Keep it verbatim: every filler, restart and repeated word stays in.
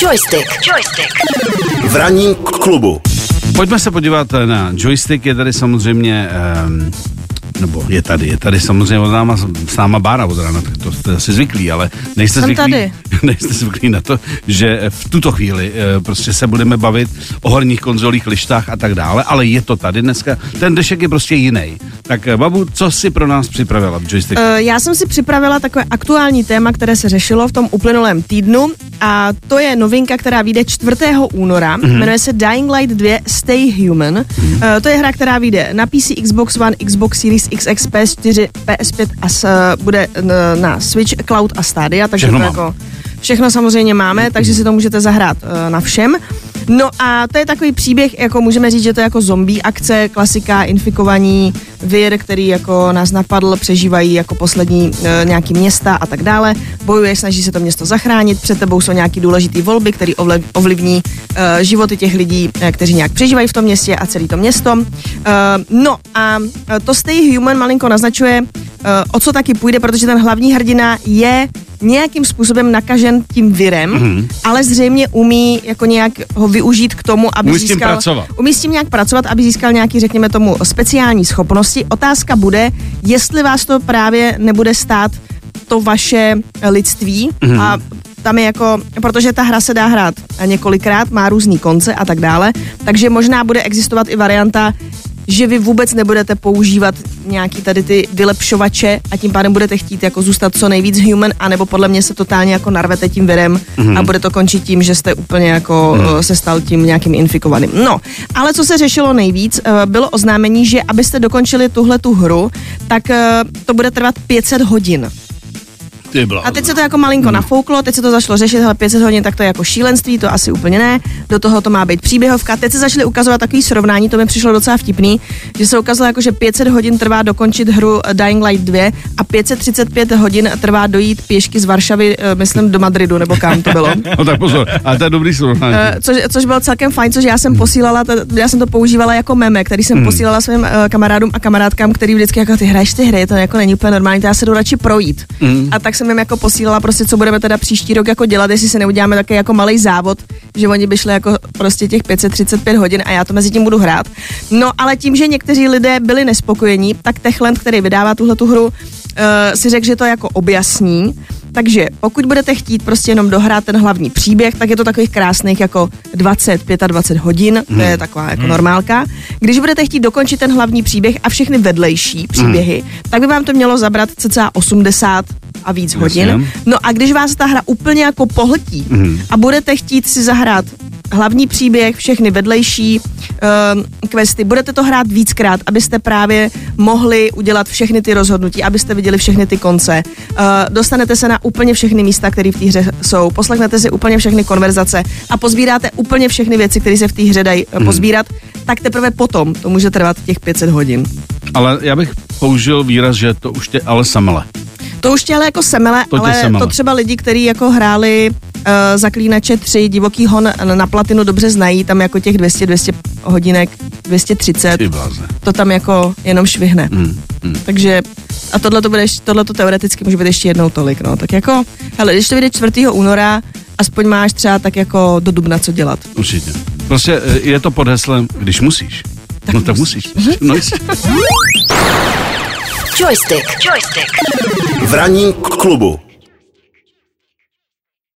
Joystick. Joystick. V ranním klubu. Pojďme se podívat na Joystick, je tady samozřejmě, um, nebo je tady, je tady samozřejmě od náma, s náma Bára od rána, tak to jste asi zvyklí, ale nejste Jsem zvyklí, tady. nejste zvyklí na to, že v tuto chvíli uh, prostě se budeme bavit o horních konzolích, lištách a tak dále, ale je to tady dneska, ten dnešek je prostě jiný. Tak babu, co jsi pro nás připravila v Joysticku? Uh, já jsem si připravila takové aktuální téma, které se řešilo v tom uplynulém týdnu a to je novinka, která vyjde čtvrtého února, mm-hmm. jmenuje se Dying Light dva Stay Human. Mm-hmm. Uh, to je hra, která vyjde na P C, Xbox One, Xbox Series X X, P S čtyři, P S pět a s, uh, bude uh, na Switch, Cloud a Stadia, takže všechno to mám. jako všechno samozřejmě máme, mm-hmm. takže si to můžete zahrát uh, na všem. No a to je takový příběh, jako můžeme říct, že to je jako zombie akce, klasika, infikovaní vir, který jako nás napadl, přežívají jako poslední e, nějaký města a tak dále. Bojuje, snaží se to město zachránit, před tebou jsou nějaký důležitý volby, které ovlivní e, životy těch lidí, e, kteří nějak přežívají v tom městě a celé to město. E, no a to Stay Human malinko naznačuje, e, o co taky půjde, protože ten hlavní hrdina je nějakým způsobem nakažen tím virem, mm-hmm. ale zřejmě umí jako nějak ho využít k tomu, aby umí získal... s tím pracovat. Umí s tím nějak pracovat, aby získal nějaký, řekněme tomu, speciální schopnosti. Otázka bude, jestli vás to právě nebude stát to vaše lidství mm-hmm. a tam je jako, protože ta hra se dá hrát několikrát, má různý konce a tak dále, takže možná bude existovat i varianta, že vy vůbec nebudete používat nějaký tady ty vylepšovače a tím pádem budete chtít jako zůstat co nejvíc human, anebo podle mě se totálně jako narvete tím virem mm-hmm. a bude to končit tím, že jste úplně jako mm. se stal tím nějakým infikovaným. No, ale co se řešilo nejvíc, bylo oznámení, že abyste dokončili tuhle tu hru, tak to bude trvat pět set hodin. A teď se to jako malinko hmm. nafouklo, teď se to zašlo řešit, hele, pět set hodin, tak to je jako šílenství, to asi úplně ne, do toho to má být příběhovka. Teď se začaly ukazovat takový srovnání, to mi přišlo docela vtipný, že se ukázalo jako, že pět set hodin trvá dokončit hru Dying Light dva a pět set třicet pět hodin trvá dojít pěšky z Varšavy, myslím, do Madridu, nebo kam to bylo. No tak pozor, ale to je dobrý srovnání. Což, což bylo celkem fajn, což já jsem posílala, to, já jsem to používala jako meme, který jsem hmm. posílala svým uh, kamarádům a kamarádkám, který vždycky jako ty hraješ ty hry, to jako není úplně normální, to já se jdu radši projít. Hmm. A tak jsem jim jako posílala prostě, co budeme teda příští rok jako dělat, jestli se neuděláme takový jako malej závod, že oni by šli jako prostě těch pět set třicet pět hodin a já to mezi tím budu hrát. No, ale tím, že někteří lidé byli nespokojení, tak Techland, který vydává tuhle tu hru, uh, si řekl, že to jako objasní. Takže pokud budete chtít prostě jenom dohrát ten hlavní příběh, tak je to takových krásných jako dvacet, dvacet pět hodin, to je taková jako normálka. Když budete chtít dokončit ten hlavní příběh a všechny vedlejší příběhy, tak by vám to mělo zabrat cca osmdesát a víc hodin. No a když vás ta hra úplně jako pohltí a budete chtít si zahrát hlavní příběh, všechny vedlejší uh, questy, budete to hrát víckrát, abyste právě mohli udělat všechny ty rozhodnutí, abyste viděli všechny ty konce. Uh, dostanete se na úplně všechny místa, které v té hře jsou, poslechnete si úplně všechny konverzace a pozbíráte úplně všechny věci, které se v té hře dají uh, pozbírat, tak teprve potom to může trvat těch pět set hodin. Ale já bych použil výraz, že to už tě ale samele. To už tě ale jako semele, to ale semele. To třeba lidi, kteří jako hráli uh, Zaklínače tři, Divoký hon na platinu dobře znají, tam jako těch dvě stě, dvě stě hodinek, dvě stě třicet, to tam jako jenom švihne. Mm, mm. Takže a tohle to bude, tohle to teoreticky může být ještě jednou tolik, no. Tak jako, hele, když to vyjde čtvrtého února, aspoň máš třeba tak jako do dubna co dělat. Určitě. Prostě je to pod heslem, když musíš. Tak no tak musíš. musíš. No Joystick. Joystick. V ranním klubu.